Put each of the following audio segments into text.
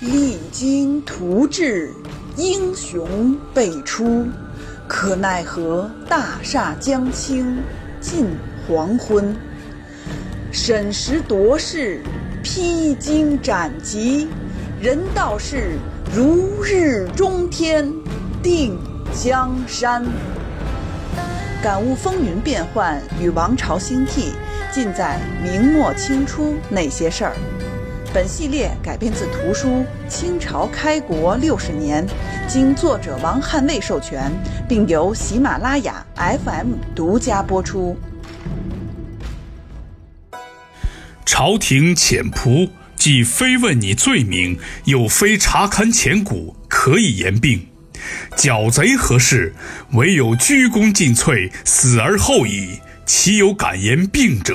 励精图治，英雄辈出，可奈何大厦将倾近黄昏。审时度势，披荆斩棘，人道是如日中天，定江山。感悟风云变幻与王朝兴替，尽在明末清初那些事儿。本系列改编自图书《清朝开国60年》，经作者王汉卫授权，并由喜马拉雅 FM 独家播出。 朝廷潜仆，既非问你罪名，又非查勘前古，可以言病。剿贼何事？唯有鞠躬尽瘁，死而后已，岂有敢言病者？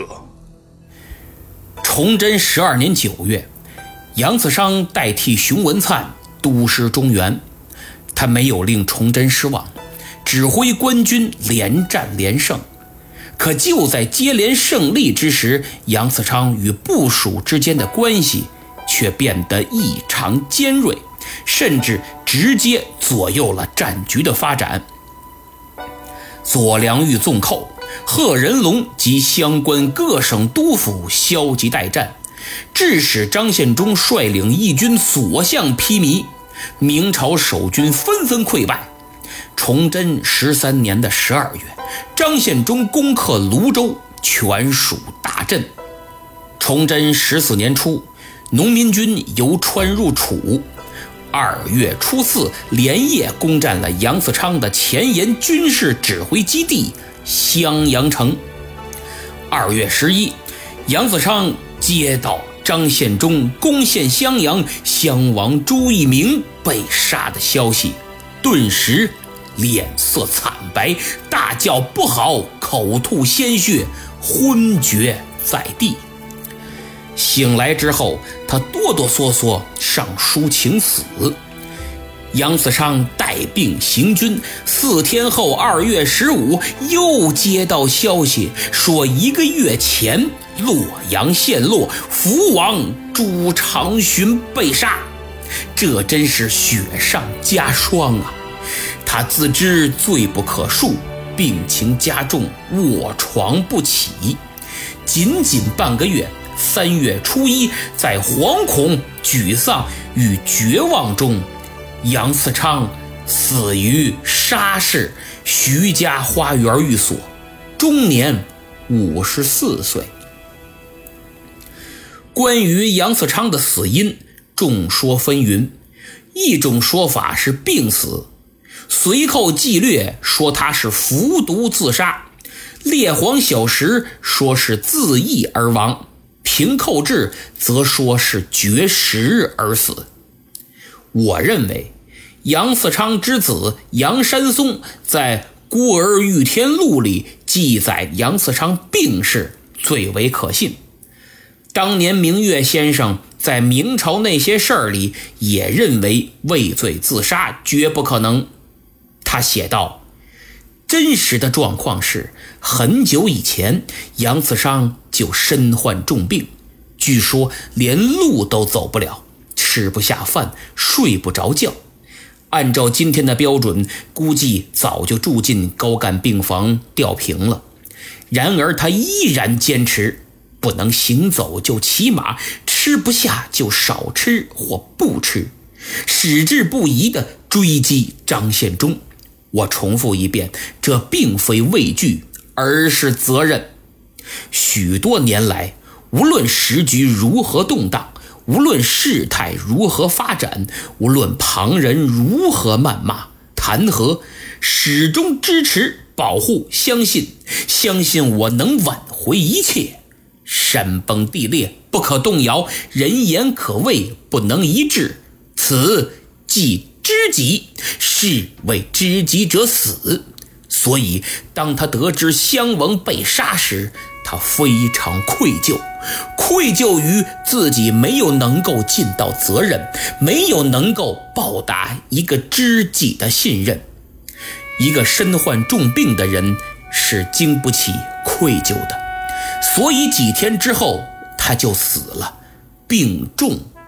崇祯12年9月，杨子商代替熊文灿督师中原。他没有令崇祯失望，指挥官军连战连胜。可就在接连胜利之时，杨子昌与部属之间的关系却变得异常尖锐，甚至直接左右了战局的发展。左良玉纵寇，贺仁龙及相关各省督府消极待战，致使张献忠率领义军所向披靡，明朝守军纷纷溃败。崇祯13年的12月，张献忠攻克泸州，全属大震。崇祯14年初，农民军由川入楚，2月初4连夜攻占了杨嗣昌的前沿军事指挥基地襄阳城。2月11，杨嗣昌接到张献忠攻陷襄阳，襄王朱一鸣被杀的消息，顿时脸色惨白，大叫不好，口吐鲜血，昏厥在地。醒来之后，他哆哆嗦嗦上书请死。杨嗣昌带病行军，4天后2月15又接到消息，说1个月前洛阳陷落，福王朱长洵被杀。这真是雪上加霜啊！他自知罪不可恕，病情加重，卧床不起。仅半个月，3月初1，在惶恐、沮丧与绝望中，杨嗣昌死于沙市徐家花园寓所，终年54岁。关于杨嗣昌的死因，众说纷纭。一种说法是病死，随后纪略说他是服毒自杀，列黄小石说是自缢而亡，平寇志则说是绝食而死。我认为杨嗣昌之子杨山松在《孤儿御天录》里记载杨嗣昌病逝最为可信。当年明月先生在明朝那些事儿里也认为畏罪自杀绝不可能。他写道，真实的状况是很久以前杨嗣昌就身患重病，据说连路都走不了，吃不下饭，睡不着觉。按照今天的标准，估计早就住进高干病房吊瓶了。然而他依然坚持，不能行走就骑马，吃不下就少吃或不吃，矢志不移地追击张献忠。我重复一遍，这并非畏惧，而是责任。许多年来，无论时局如何动荡，无论事态如何发展，无论旁人如何谩骂弹劾，始终支持保护，相信我能挽回一切。山崩地裂不可动摇，人言可畏不能一致，此即知己，是为知己者死。所以当他得知襄王被杀时，他非常愧疚于自己没有能够尽到责任，没有能够报答一个知己的信任。一个身患重病的人是经不起愧疚的，所以几天之后他就死了，病重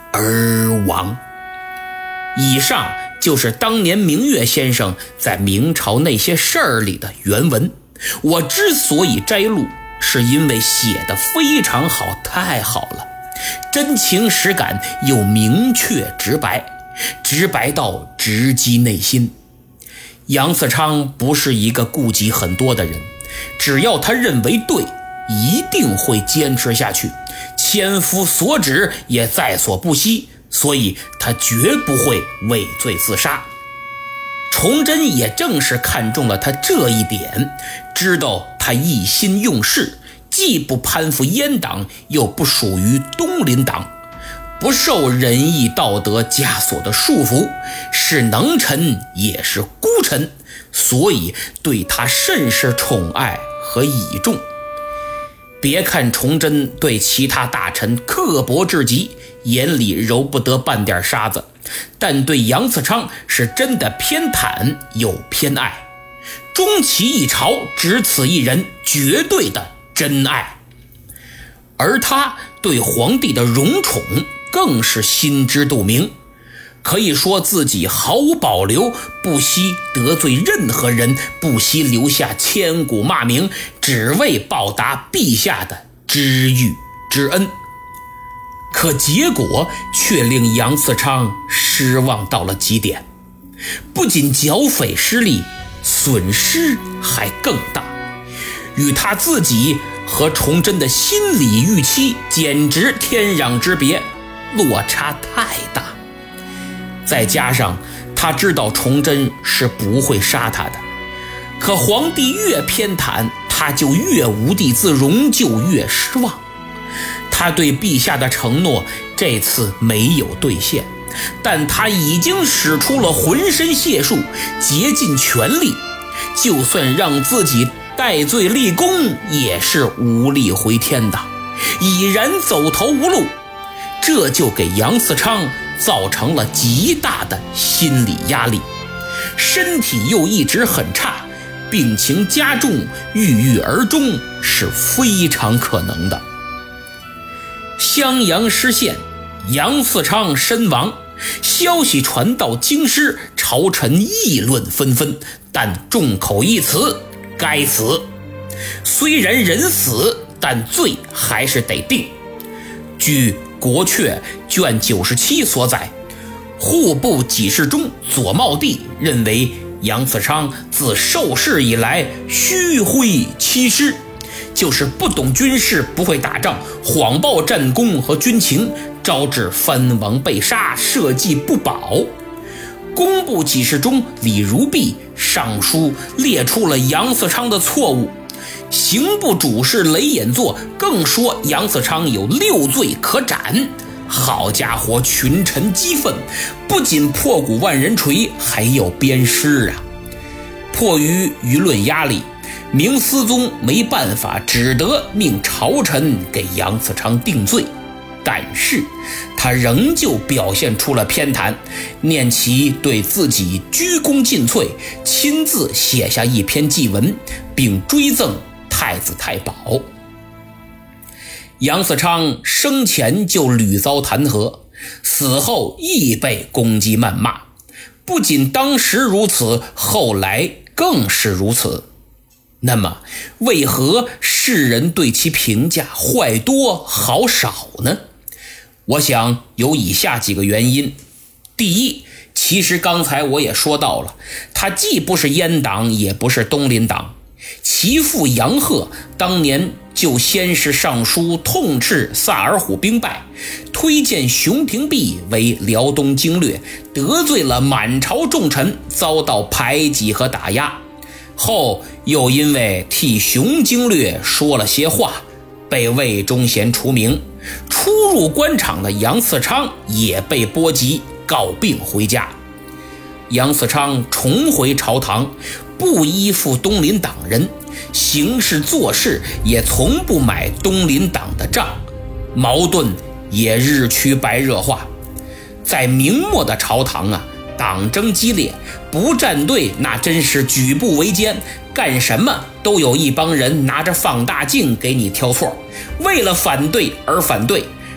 而亡。以上就是当年明月先生在明朝那些事儿里的原文。我之所以摘录，是因为写得非常好，太好了，真情实感又明确直白，直白到直击内心。杨嗣昌不是一个顾忌很多的人，只要他认为对，一定会坚持下去，千夫所指也在所不惜，所以他绝不会畏罪自杀。崇祯也正是看中了他这一点，知道他一心用事，既不攀附阉党，又不属于东林党，不受仁义道德枷锁的束缚，是能臣也是孤臣，所以对他甚是宠爱和倚重。别看崇祯对其他大臣刻薄至极，眼里揉不得半点沙子，但对杨嗣昌是真的偏袒又偏爱，终其一朝只此一人，绝对的真爱。而他对皇帝的荣宠更是心知肚明，可以说自己毫无保留，不惜得罪任何人，不惜留下千古骂名，只为报答陛下的知遇之恩。可结果却令杨嗣昌失望到了极点，不仅剿匪失利，损失还更大，与他自己和崇祯的心理预期简直天壤之别，落差太大。再加上他知道崇祯是不会杀他的，可皇帝越偏袒，他就越无地自容，就越失望。他对陛下的承诺这次没有兑现，但他已经使出了浑身解数，竭尽全力，就算让自己戴罪立功，也是无力回天的，已然走投无路。这就给杨嗣昌造成了极大的心理压力，身体又一直很差，病情加重，郁郁而终是非常可能的。襄阳失陷，杨嗣昌身亡，消息传到京师，朝臣议论纷纷，但众口一词，该死。虽然人死，但罪还是得定。据国阙卷97所载，户部给事中左茂帝认为杨嗣昌自受事以来虚挥欺师，就是不懂军事，不会打仗，谎报战功和军情，招致藩王被杀，社稷不保。工部给事中李如弼上书列出了杨嗣昌的错误，刑部主事雷演作更说杨嗣昌有6罪可斩。好家伙，群臣激愤，不仅破鼓万人锤，还要鞭尸啊！迫于舆论压力，明思宗没办法，只得命朝臣给杨嗣昌定罪。但是他仍旧表现出了偏袒，念其对自己鞠躬尽瘁，亲自写下一篇祭文，并追赠太子太保。杨嗣昌生前就屡遭弹劾，死后亦被攻击谩骂，不仅当时如此，后来更是如此。那么为何世人对其评价坏多好少呢？我想有以下几个原因。第一，其实刚才我也说到了，他既不是阉党，也不是东林党。其父杨鹤当年就先是上书痛斥萨尔浒兵败，推荐熊廷弼为辽东经略，得罪了满朝重臣，遭到排挤和打压。后又因为替熊经略说了些话，被魏忠贤除名。初入官场的杨嗣昌也被波及，告病回家。杨嗣昌重回朝堂，不依附东林党人，行事做事也从不买东林党的账，矛盾也日趋白热化。在明末的朝堂啊，党争激烈，不站队那真是举步维艰，干什么都有一帮人拿着放大镜给你挑错，为了反对而反对，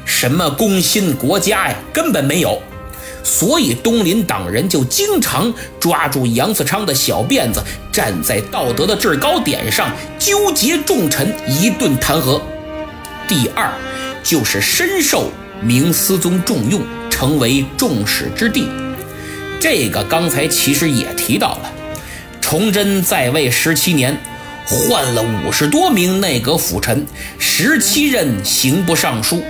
什么攻心国家呀，根本没有。所以东林党人就经常抓住杨嗣昌的小辫子，站在道德的制高点上纠结重臣，一顿弹劾。第二就是深受明思宗重用，成为众矢之的。这个刚才其实也提到了，崇祯在位17年，换了50多名内阁辅臣，17任刑部尚书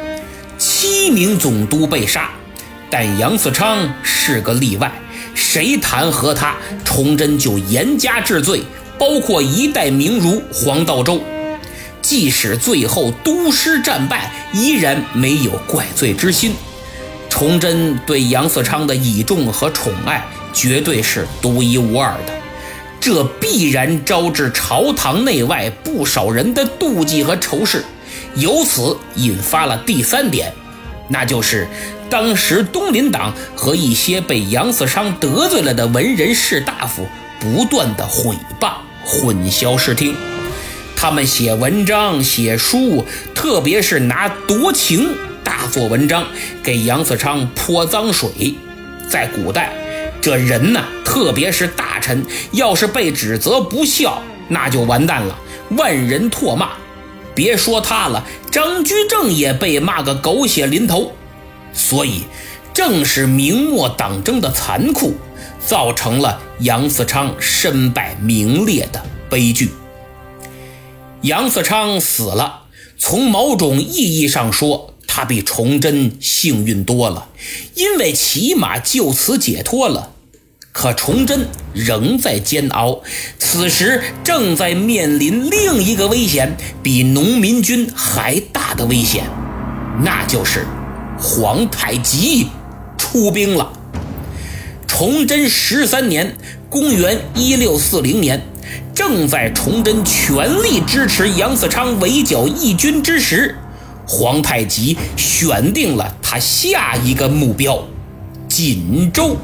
，7名总督被杀。但杨嗣昌是个例外，谁弹劾他，崇祯就严加治罪，包括一代名儒黄道周。即使最后督师战败，依然没有怪罪之心。崇祯对杨嗣昌的倚重和宠爱绝对是独一无二的，这必然招致朝堂内外不少人的妒忌和仇视，由此引发了第3点，那就是当时东林党和一些被杨嗣昌得罪了的文人士大夫不断的毁谤，混淆视听。他们写文章写书，特别是拿夺情大做文章，给杨嗣昌泼脏水。在古代，这人呢，特别是大臣，要是被指责不孝，那就完蛋了，万人唾骂。别说他了，张居正也被骂个狗血淋头。所以正是明末党争的残酷，造成了杨嗣昌身败名裂的悲剧。杨嗣昌死了，从某种意义上说，他比崇祯幸运多了，因为起码就此解脱了。可崇祯仍在煎熬，此时正在面临另一个危险，比农民军还大的危险，那就是皇太极出兵了。崇祯13年，公元1640年，正在崇祯全力支持杨嗣昌围剿义军之时，皇太极选定了他下一个目标——锦州。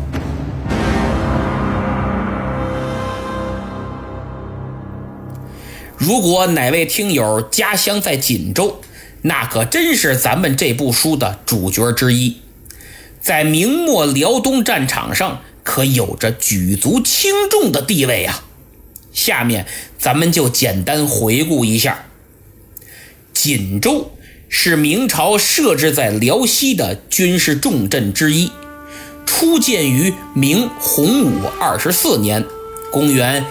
如果哪位听友家乡在锦州，那可真是咱们这部书的主角之一，在明末辽东战场上可有着举足轻重的地位啊。下面咱们就简单回顾一下。锦州是明朝设置在辽西的军事重镇之一，初建于明洪武24年，公元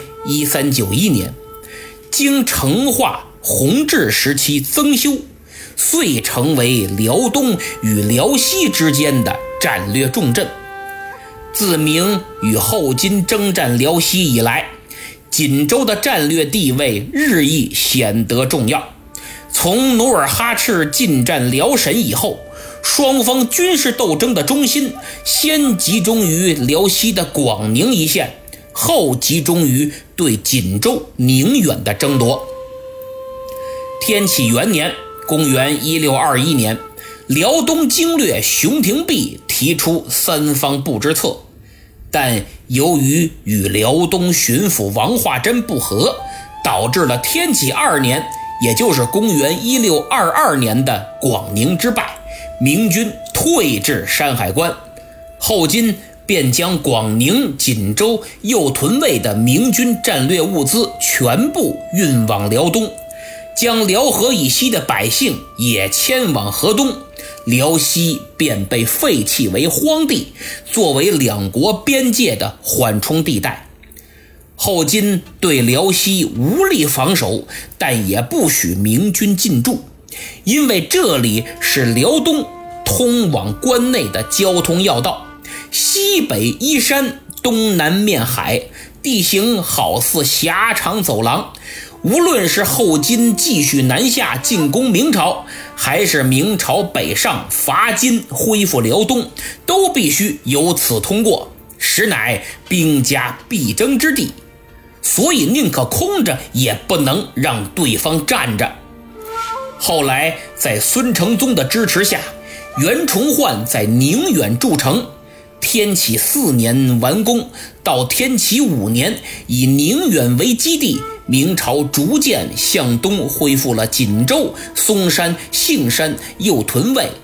1391年，经成化、弘治时期增修，遂成为辽东与辽西之间的战略重镇。自明与后金征战辽西以来，锦州的战略地位日益显得重要。从努尔哈赤进占辽沈以后，双方军事斗争的中心先集中于辽西的广宁一线，后集中于对锦州、宁远的争夺。天启元年，公元1621年，辽东经略熊廷弼提出3方布之策，但由于与辽东巡抚王化贞不和，导致了天启2年，也就是公元1622年的广宁之败，明军退至山海关。后金便将广宁、锦州、右屯卫的明军战略物资全部运往辽东，将辽河以西的百姓也迁往河东，辽西便被废弃为荒地，作为两国边界的缓冲地带。后金对辽西无力防守，但也不许明军进驻，因为这里是辽东通往关内的交通要道，西北依山，东南面海，地形好似狭长走廊。无论是后金继续南下进攻明朝，还是明朝北上伐金恢复辽东，都必须由此通过，实乃兵家必争之地。所以宁可空着，也不能让对方占着。后来在孙承宗的支持下，袁崇焕在宁远筑城，天启4年完工，到天启5年，以宁远为基地，明朝逐渐向东恢复了锦州、松山、杏山、右屯卫、大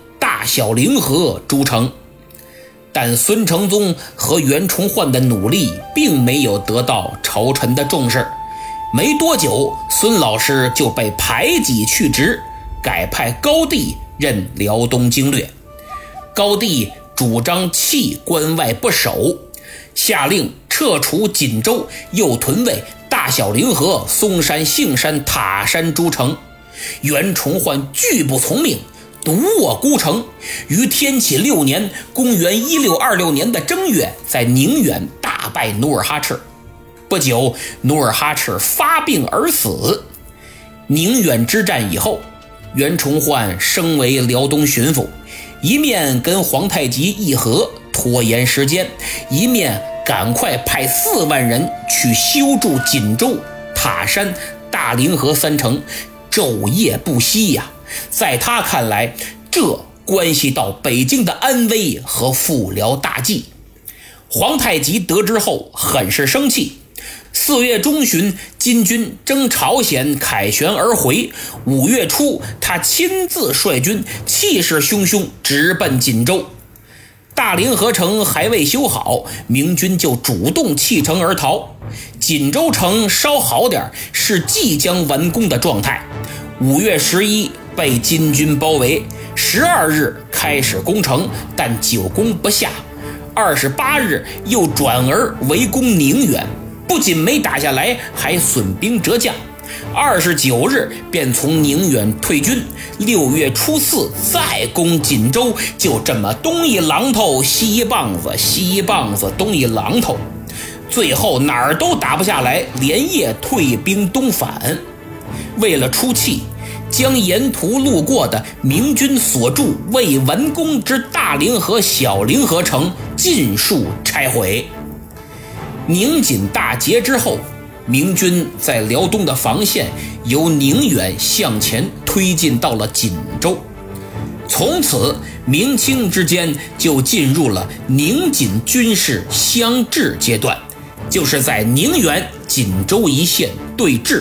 大小凌河诸城。但孙承宗和袁崇焕的努力并没有得到朝臣的重视，没多久，孙老师就被排挤去职，改派高帝任辽东经略。高帝主张弃关外不守，下令撤除锦州、右屯卫、大小凌河、松山、杏山、塔山诸城。袁崇焕拒不从命，独卧孤城，于天启6年公元1626年的正月，在宁远大败努尔哈赤。不久，努尔哈赤发病而死。宁远之战以后，袁崇焕升为辽东巡抚，一面跟皇太极议和，拖延时间，一面赶快派4万人去修筑锦州、塔山、大凌河3城，昼夜不息呀。在他看来，这关系到北京的安危和复辽大计。皇太极得知后很是生气。4月中旬，金军征朝鲜凯旋而回。5月初，他亲自率军，气势汹汹直奔锦州。大凌河城还未修好，明军就主动弃城而逃。锦州城稍好点，是即将完工的状态。5月11被金军包围，12日开始攻城，但久攻不下。28日又转而围攻宁远，不仅没打下来，还损兵折将。29日便从宁远退军。6月初4再攻锦州，就这么东一榔头西一棒子，西一棒子东一榔头，最后哪儿都打不下来，连夜退兵东返。为了出气，将沿途路过的明军所筑未完工之大凌河、小凌河城尽数拆毁。宁锦大捷之后，明军在辽东的防线由宁远向前推进到了锦州。从此，明清之间就进入了宁锦军事相峙阶段，就是在宁远、锦州一线对峙。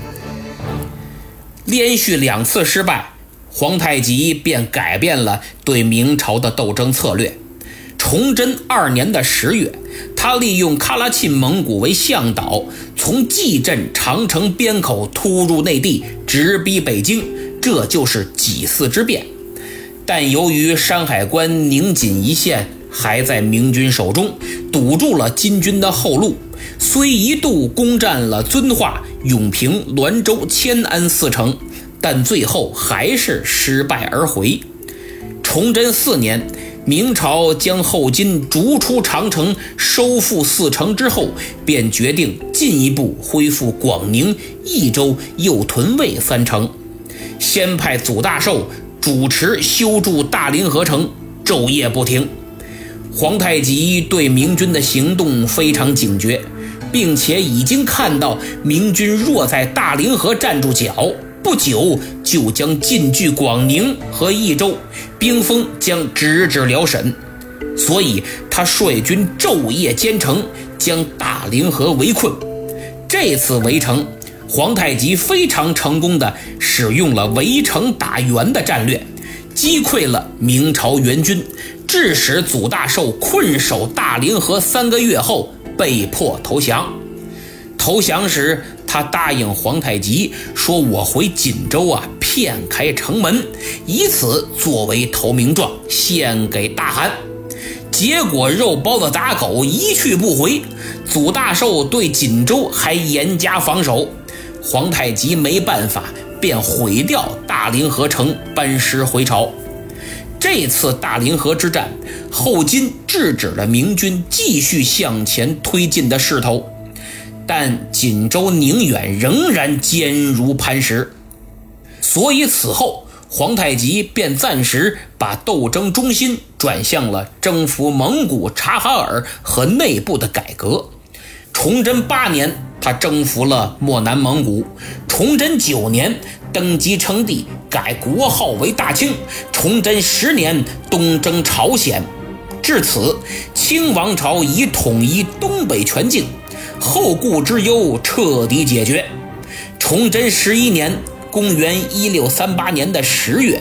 连续2次失败，皇太极便改变了对明朝的斗争策略。崇祯2年的10月，他利用喀拉沁蒙古为向导，从蓟镇长城边口突入内地，直逼北京，这就是济四之变。但由于山海关、宁锦一线还在明军手中，堵住了金军的后路，虽一度攻占了遵化、永平、滦州、迁安4城，但最后还是失败而回。崇祯4年，明朝将后金逐出长城，收复4城之后，便决定进一步恢复广宁、益州、右屯卫3城。先派祖大寿主持修筑大凌河城，昼夜不停。皇太极对明军的行动非常警觉，并且已经看到明军若在大凌河站住脚，不久就将进据广宁和益州，兵锋将直至辽沈。所以他率军昼夜兼程，将大凌河围困。这次围城，皇太极非常成功地使用了围城打援的战略，击溃了明朝援军，致使祖大寿困守大凌河3个月后被迫投降。投降时，他答应皇太极说：“我回锦州骗开城门，以此作为投名状献给大汗。”结果肉包子打狗，一去不回。祖大寿对锦州还严加防守，皇太极没办法，便毁掉大凌河城，班师回朝。这次大凌河之战，后金制止了明军继续向前推进的势头，但锦州、宁远仍然坚如磐石。所以此后皇太极便暂时把斗争中心转向了征服蒙古、察哈尔和内部的改革。崇祯8年，他征服了漠南蒙古；崇祯9年登基称帝，改国号为大清；崇祯10年东征朝鲜。至此，清王朝已统一东北全境，后顾之忧彻底解决。崇祯11年，公元1638年的10月，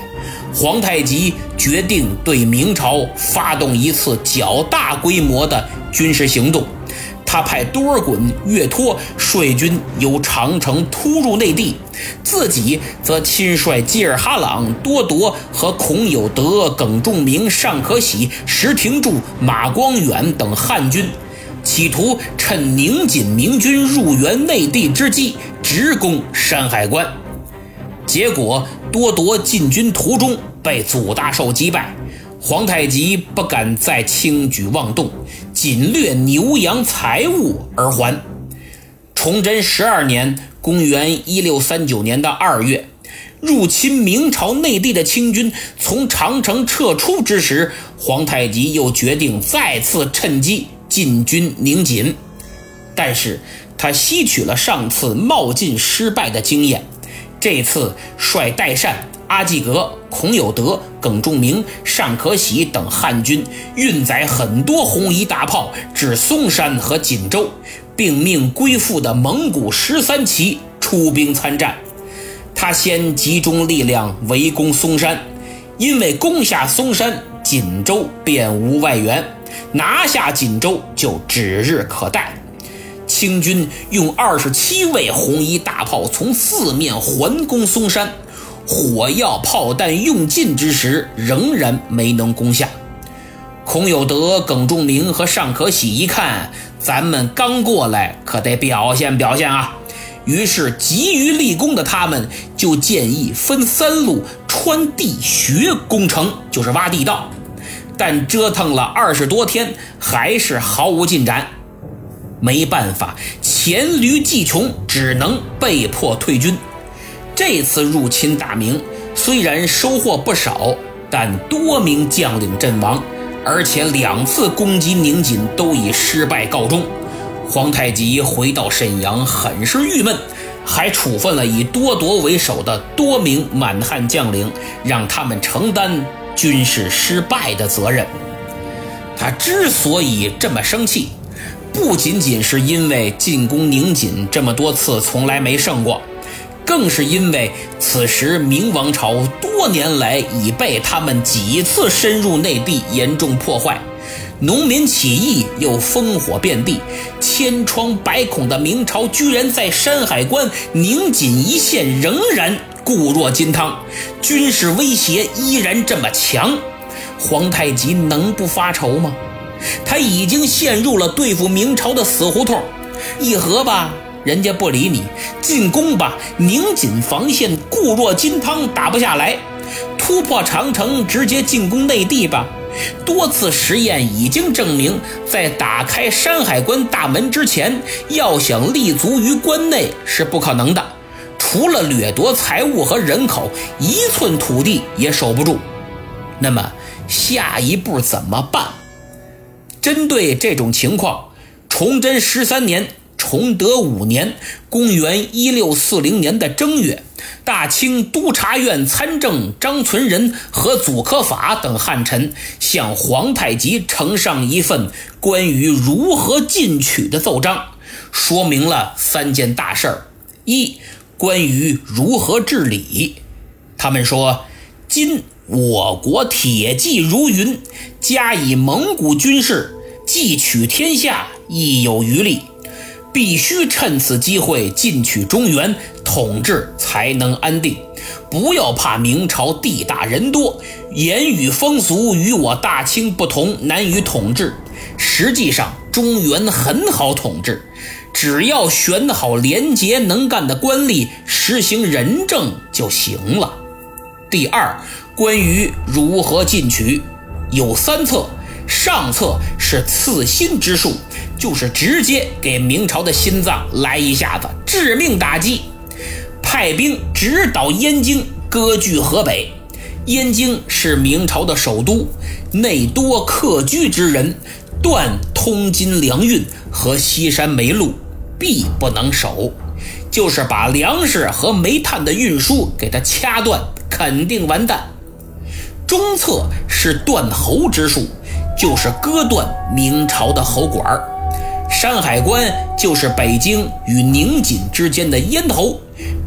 皇太极决定对明朝发动一次较大规模的军事行动。他派多尔衮、岳托率军由长城突入内地，自己则亲率济尔哈朗、多铎和孔有德、耿仲明、尚可喜、石廷柱、马光远等汉军，企图趁宁锦明军入援内地之机直攻山海关。结果多铎进军途中被祖大寿击败，皇太极不敢再轻举妄动，仅掠牛羊财物而还。崇祯12年公元1639年的2月，入侵明朝内地的清军从长城撤出之时，皇太极又决定再次趁机进军宁锦。但是他吸取了上次冒进失败的经验，这次率代善、阿济格、孔有德、耿仲明、尚可喜等汉军运载很多红夷大炮至松山和锦州，并命归附的蒙古13旗出兵参战。他先集中力量围攻松山，因为攻下松山，锦州便无外援，拿下锦州就指日可待。清军用27位红夷大炮从四面环攻松山，火药炮弹用尽之时，仍然没能攻下。孔有德、耿仲明和尚可喜一看，咱们刚过来，可得表现表现啊！于是急于立功的他们就建议分3路穿地穴攻城，就是挖地道。但折腾了20多天，还是毫无进展。没办法，黔驴技穷，只能被迫退军。这次入侵大明虽然收获不少，但多名将领阵亡，而且2次攻击宁锦都以失败告终。皇太极回到沈阳很是郁闷，还处分了以多铎为首的多名满汉将领，让他们承担军事失败的责任。他之所以这么生气，不仅仅是因为进攻宁锦这么多次从来没胜过，更是因为此时明王朝多年来已被他们几次深入内地严重破坏，农民起义又烽火遍地，千疮百孔的明朝居然在山海关、宁锦一线仍然固若金汤，军事威胁依然这么强，皇太极能不发愁吗？他已经陷入了对付明朝的死胡同，议和吧，人家不理你；进攻吧，宁锦防线固若金汤，打不下来；突破长城，直接进攻内地吧。多次实验已经证明，在打开山海关大门之前，要想立足于关内是不可能的，除了掠夺财物和人口，1寸土地也守不住。那么下一步怎么办？针对这种情况，崇祯13年、崇德5年，公元1640年的正月，大清督察院参政张存仁和祖可法等汉臣向皇太极呈上一份关于如何进取的奏章，说明了3件大事儿。1. 关于如何治理。他们说，今我国铁骑如云，加以蒙古军事，既取天下亦有余力，必须趁此机会进取中原，统治才能安定。不要怕明朝地大人多，言语风俗与我大清不同，难于统治。实际上中原很好统治，只要选好廉洁能干的官吏，实行仁政就行了。第2，关于如何进取，有3策。上策是刺心之术，就是直接给明朝的心脏来一下子致命打击。派兵直捣燕京，割据河北。燕京是明朝的首都，内多客居之人，断通津粮运和西山煤路，必不能守。就是把粮食和煤炭的运输给它掐断，肯定完蛋。中策是断喉之术，就是割断明朝的喉管。山海关就是北京与宁锦之间的咽喉，只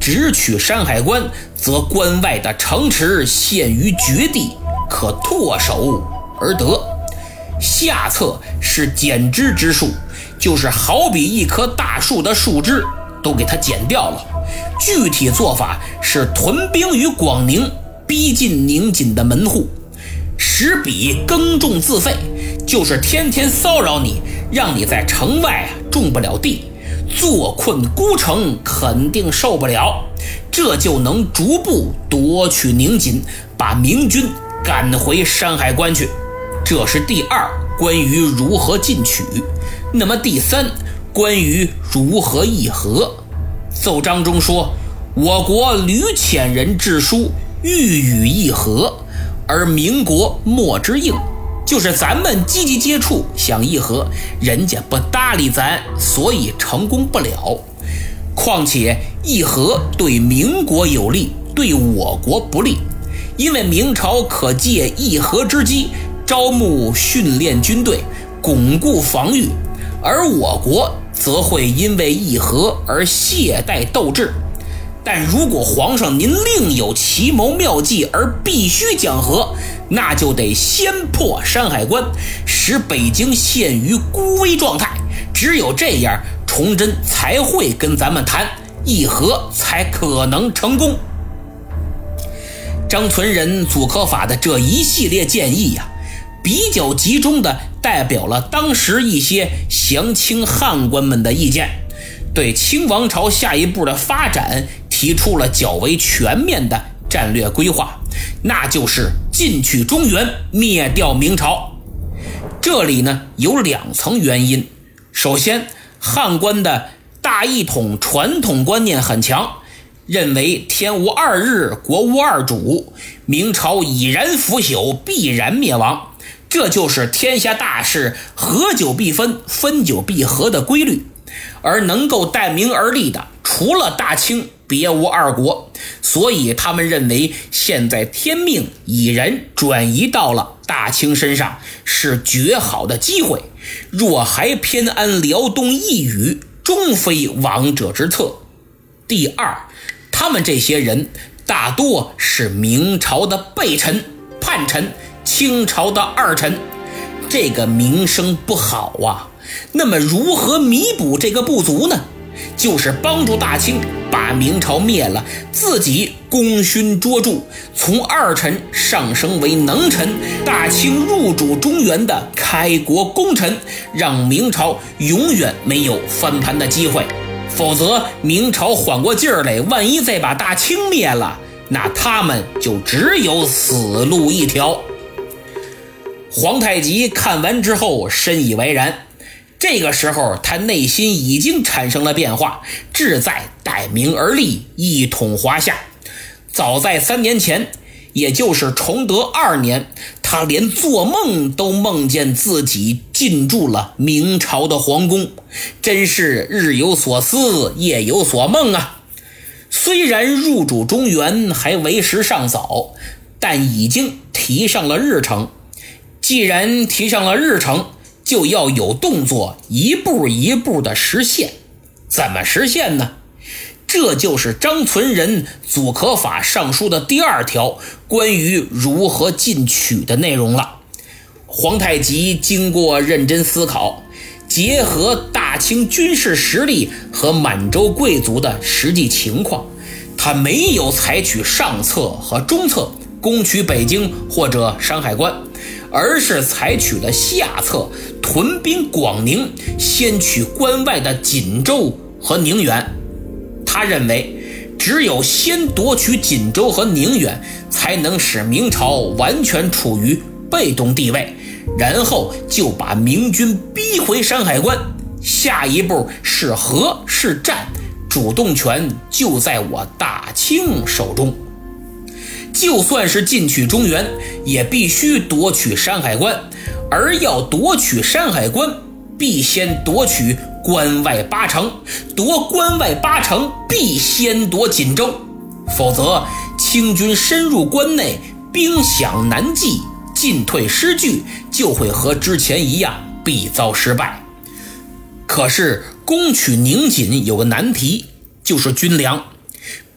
直取山海关，则关外的城池陷于绝地，可唾手而得。下策是剪枝之术，就是好比一棵大树的树枝都给它剪掉了。具体做法是屯兵于广宁，逼近宁锦的门户，使彼耕种自废，就是天天骚扰你，让你在城外种不了地，坐困孤城，肯定受不了。这就能逐步夺取宁锦，把明军赶回山海关去。这是第二，关于如何进取。那么第三，关于如何议和。奏章中说，我国屡遣人致书，欲与议和，而明国莫之应，就是咱们积极接触想议和，人家不搭理咱，所以成功不了。况且议和对明国有利，对我国不利，因为明朝可借议和之机招募训练军队，巩固防御，而我国则会因为议和而懈怠斗志。但如果皇上您另有奇谋妙计而必须讲和，那就得先破山海关，使北京陷于孤危状态，只有这样，崇祯才会跟咱们谈，议和才可能成功。张存仁、祖可法的这一系列建议比较集中地代表了当时一些降清汉官们的意见，对清王朝下一步的发展提出了较为全面的战略规划，那就是进取中原，灭掉明朝。这里呢有两层原因。首先，汉官的大一统传统观念很强，认为天无二日，国无二主，明朝已然腐朽，必然灭亡，这就是天下大事合久必分，分久必合的规律。而能够待明而立的，除了大清，别无二国，所以他们认为现在天命已然转移到了大清身上，是绝好的机会，若还偏安辽东一隅，终非王者之策。第二，他们这些人大多是明朝的背臣、叛臣，清朝的二臣，这个名声不好啊。那么如何弥补这个不足呢？就是帮助大清把明朝灭了，自己功勋卓著，从二臣上升为能臣，大清入主中原的开国功臣，让明朝永远没有翻盘的机会。否则明朝缓过劲儿来，万一再把大清灭了，那他们就只有死路一条。皇太极看完之后深以为然，这个时候他内心已经产生了变化，志在待明而立，一统华夏。早在3年前，也就是崇德2年，他连做梦都梦见自己进驻了明朝的皇宫，真是日有所思，夜有所梦啊。虽然入主中原还为时尚早，但已经提上了日程。既然提上了日程，就要有动作，一步一步的实现。怎么实现呢？这就是张存仁、祖可法上书的第2条关于如何进取的内容了。皇太极经过认真思考，结合大清军事实力和满洲贵族的实际情况，他没有采取上策和中策，攻取北京或者山海关，而是采取了下策，屯兵广宁，先取关外的锦州和宁远。他认为只有先夺取锦州和宁远，才能使明朝完全处于被动地位，然后就把明军逼回山海关。下一步是和是战，主动权就在我大清手中。就算是进取中原，也必须夺取山海关，而要夺取山海关，必先夺取关外8城，夺关外8城必先夺锦州，否则清军深入关内，兵饷难计，进退失据，就会和之前一样必遭失败。可是攻取宁锦有个难题，就是军粮。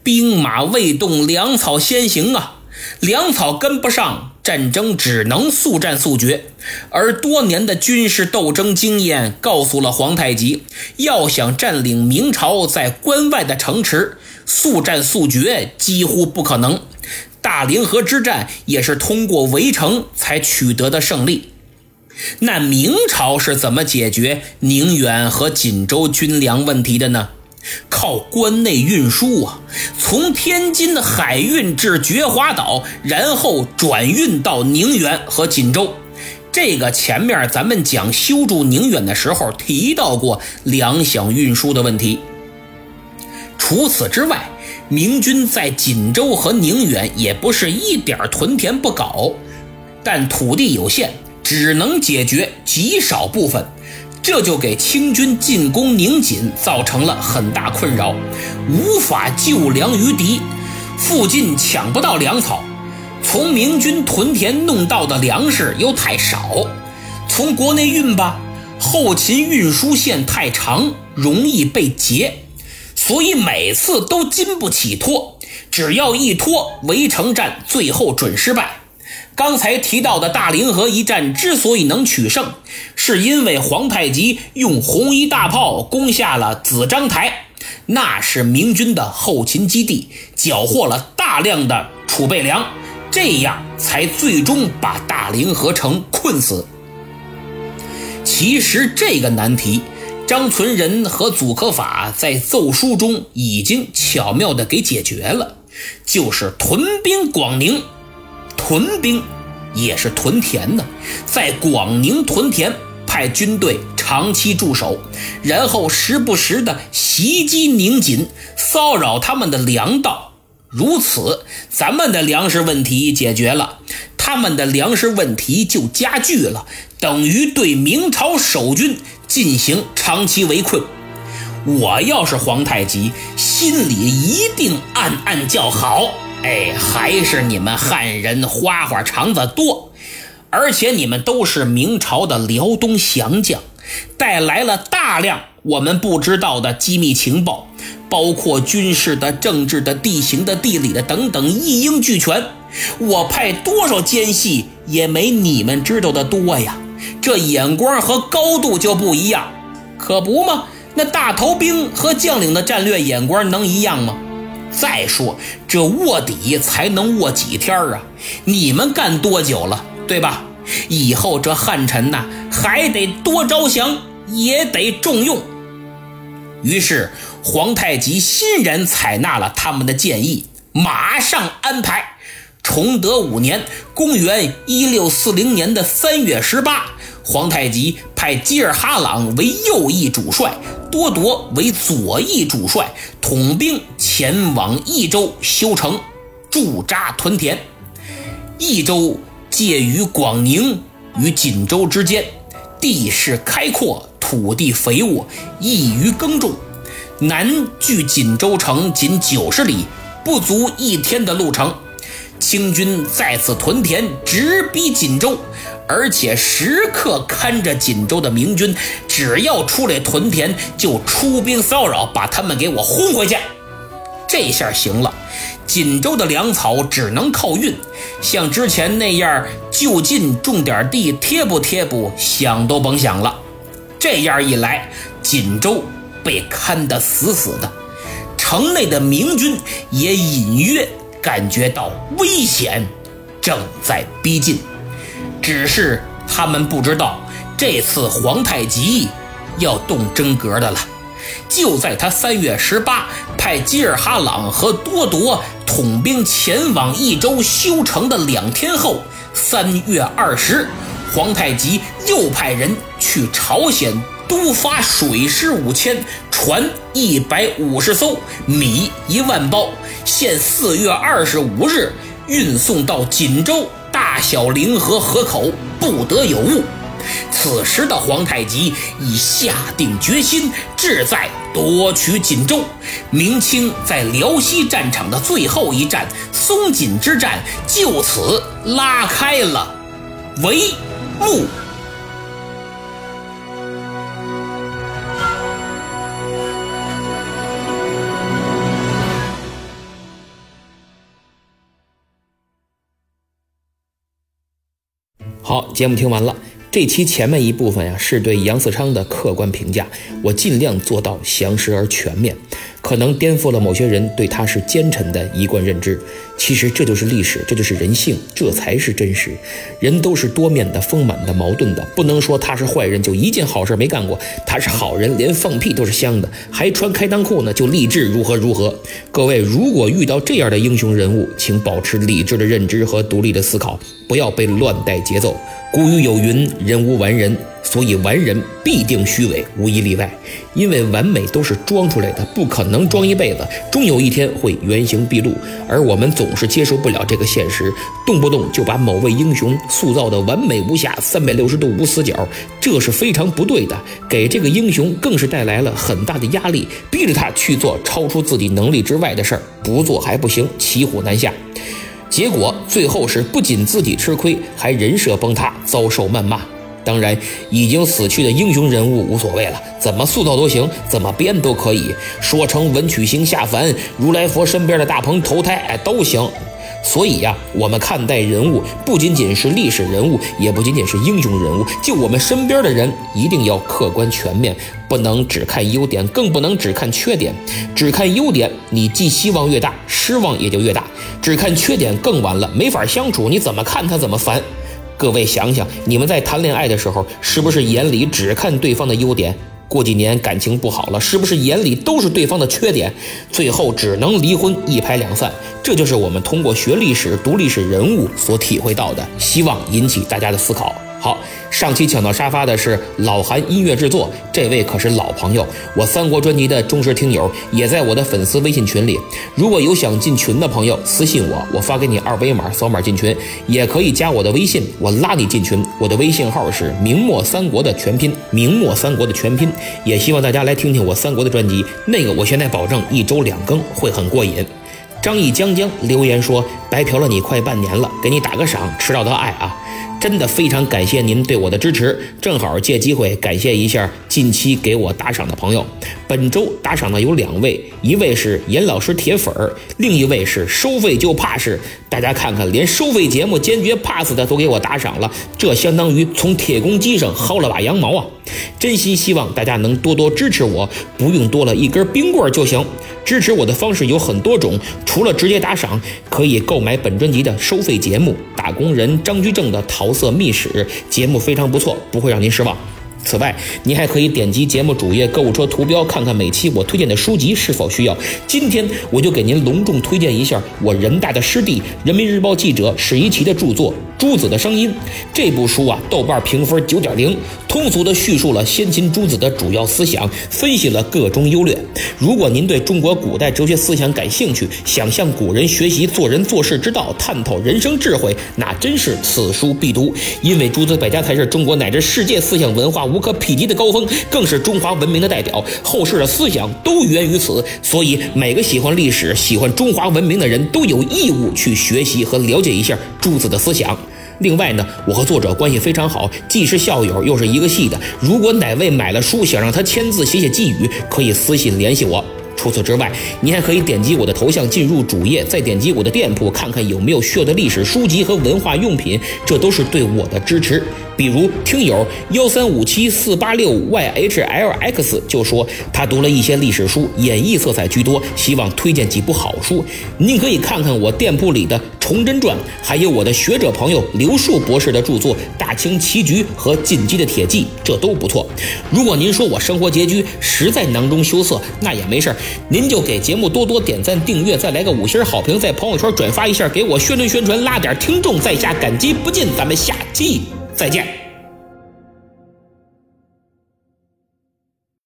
兵马未动，粮草先行啊！粮草跟不上，战争只能速战速决。而多年的军事斗争经验告诉了皇太极，要想占领明朝在关外的城池，速战速决几乎不可能。大凌河之战也是通过围城才取得的胜利。那明朝是怎么解决宁远和锦州军粮问题的呢？靠关内运输啊，从天津的海运至觉华岛，然后转运到宁远和锦州。这个前面咱们讲修筑宁远的时候提到过粮饷运输的问题。除此之外，明军在锦州和宁远也不是一点屯田不搞，但土地有限，只能解决极少部分，这就给清军进攻宁锦造成了很大困扰，无法救粮于敌，附近抢不到粮草，从明军屯田弄到的粮食又太少，从国内运吧，后勤运输线太长，容易被截，所以每次都经不起拖，只要一拖，围城战最后准失败。刚才提到的大凌河一战之所以能取胜，是因为皇太极用红衣大炮攻下了子张台，那是明军的后勤基地，缴获了大量的储备粮，这样才最终把大凌河城困死。其实这个难题，张存仁和祖可法在奏书中已经巧妙地给解决了，就是屯兵广宁。屯兵也是屯田呢，在广宁屯田，派军队长期驻守，然后时不时的袭击宁锦，骚扰他们的粮道。如此，咱们的粮食问题解决了，他们的粮食问题就加剧了，等于对明朝守军进行长期围困。我要是皇太极，心里一定暗暗叫好，还是你们汉人花花肠子多，而且你们都是明朝的辽东降将，带来了大量我们不知道的机密情报，包括军事的、政治的、地形的、地理的等等，一应俱全。我派多少奸细也没你们知道的多呀，这眼光和高度就不一样，可不吗？那大头兵和将领的战略眼光能一样吗？再说这卧底才能卧几天啊？你们干多久了，对吧？以后这汉臣呐，还得多招降，也得重用。于是皇太极欣然采纳了他们的建议，马上安排。崇德5年，公元1640年的3月18，皇太极派基尔哈朗为右翼主帅，多铎为左翼主帅，统兵前往益州修城，驻扎屯田。益州介于广宁与锦州之间，地势开阔，土地肥沃，易于耕种。南距锦州城仅90里，不足1天的路程。清军在此屯田，直逼锦州，而且时刻看着锦州的明军，只要出来屯田就出兵骚扰，把他们给我轰回去。这下行了，锦州的粮草只能靠运，像之前那样就近种点地贴补贴补，想都甭想了。这样一来，锦州被看得死死的，城内的明军也隐约感觉到危险正在逼近，只是他们不知道，这次皇太极要动真格的了。就在他3月18派基尔哈朗和多铎统兵前往益州修城的2天后，3月20，皇太极又派人去朝鲜督发水师5000，船150艘，米1万包，限4月25日运送到锦州大小凌河河口，不得有误。此时的皇太极已下定决心，志在夺取锦州。明清在辽西战场的最后一战松锦之战就此拉开了帷幕。 好，节目听完了。这期前面一部分呀，是对杨嗣昌的客观评价，我尽量做到详实而全面，可能颠覆了某些人对他是奸臣的一贯认知。其实这就是历史，这就是人性，这才是真实。人都是多面的、丰满的、矛盾的，不能说他是坏人就一件好事没干过，他是好人连放屁都是香的，还穿开裆裤呢，就励志如何如何。各位如果遇到这样的英雄人物，请保持理智的认知和独立的思考，不要被乱带节奏。古语有云，人无完人，所以完人必定虚伪，无一例外。因为完美都是装出来的，不可能装一辈子，终有一天会原形毕露。而我们总是接受不了这个现实，动不动就把某位英雄塑造的完美无瑕，360度无死角，这是非常不对的，给这个英雄更是带来了很大的压力，逼着他去做超出自己能力之外的事儿，不做还不行，骑虎难下。结果最后是不仅自己吃亏，还人设崩塌，遭受谩骂。当然，已经死去的英雄人物无所谓了，怎么塑造都行，怎么编都可以，说成文曲星下凡，如来佛身边的大鹏投胎，都行。所以呀，我们看待人物不仅仅是历史人物，也不仅仅是英雄人物，就我们身边的人一定要客观全面，不能只看优点，更不能只看缺点。只看优点，你寄希望越大，失望也就越大；只看缺点更完了，没法相处，你怎么看他怎么烦。各位想想，你们在谈恋爱的时候，是不是眼里只看对方的优点？过几年感情不好了，是不是眼里都是对方的缺点？最后只能离婚，一拍两散。这就是我们通过学历史、读历史人物所体会到的，希望引起大家的思考。好，上期抢到沙发的是老韩音乐制作，这位可是老朋友，我三国专辑的忠实听友，也在我的粉丝微信群里。如果有想进群的朋友，私信我发给你2维码，扫码进群，也可以加我的微信，我拉你进群。我的微信号是明末三国的全拼，明末三国的全拼。也希望大家来听听我三国的专辑，那个我现在保证1周2更，会很过瘾。张毅江江留言说，白嫖了你快半年了，给你打个赏，迟到的爱啊。真的非常感谢您对我的支持，正好借机会感谢一下近期给我打赏的朋友。本周打赏的有2位，一位是严老师铁粉儿，另一位是收费就 pass。大家看看，连收费节目坚决 pass 的都给我打赏了，这相当于从铁公鸡上薅了把羊毛啊！真心希望大家能多多支持我，不用多了一根冰棍就行。支持我的方式有很多种，除了直接打赏，可以购买本专辑的收费节目《打工人张居正的桃色秘史》，节目非常不错，不会让您失望。此外，您还可以点击节目主页购物车图标，看看每期我推荐的书籍是否需要。今天我就给您隆重推荐一下我人大的师弟、人民日报记者史一奇的著作《诸子的声音》。这部书啊，豆瓣评分9.0，通俗地叙述了先秦诸子的主要思想，分析了各中优劣。如果您对中国古代哲学思想感兴趣，想向古人学习做人做事之道，探讨人生智慧，那真是此书必读。因为诸子百家才是中国乃至世界思想文化无可匹敌的高峰，更是中华文明的代表，后世的思想都源于此。所以每个喜欢历史、喜欢中华文明的人都有义务去学习和了解一下诸子的思想。另外呢，我和作者关系非常好，既是校友又是一个系的。如果哪位买了书想让他签字写寄语，可以私信联系我。除此之外，你还可以点击我的头像进入主页，再点击我的店铺，看看有没有需要的历史书籍和文化用品，这都是对我的支持。比如听友1357486YHLX 就说他读了一些历史书，演绎色彩居多，希望推荐几部好书。您可以看看我店铺里的《崇祯传》，还有我的学者朋友刘树博士的著作《大清棋局》和《进击的铁骑》，这都不错。如果您说我生活拮据，实在囊中羞涩，那也没事，您就给节目多多点赞订阅，再来个5星好评，在朋友圈转发一下，给我宣传宣传，拉点听众在下，感激不尽。咱们下期再见。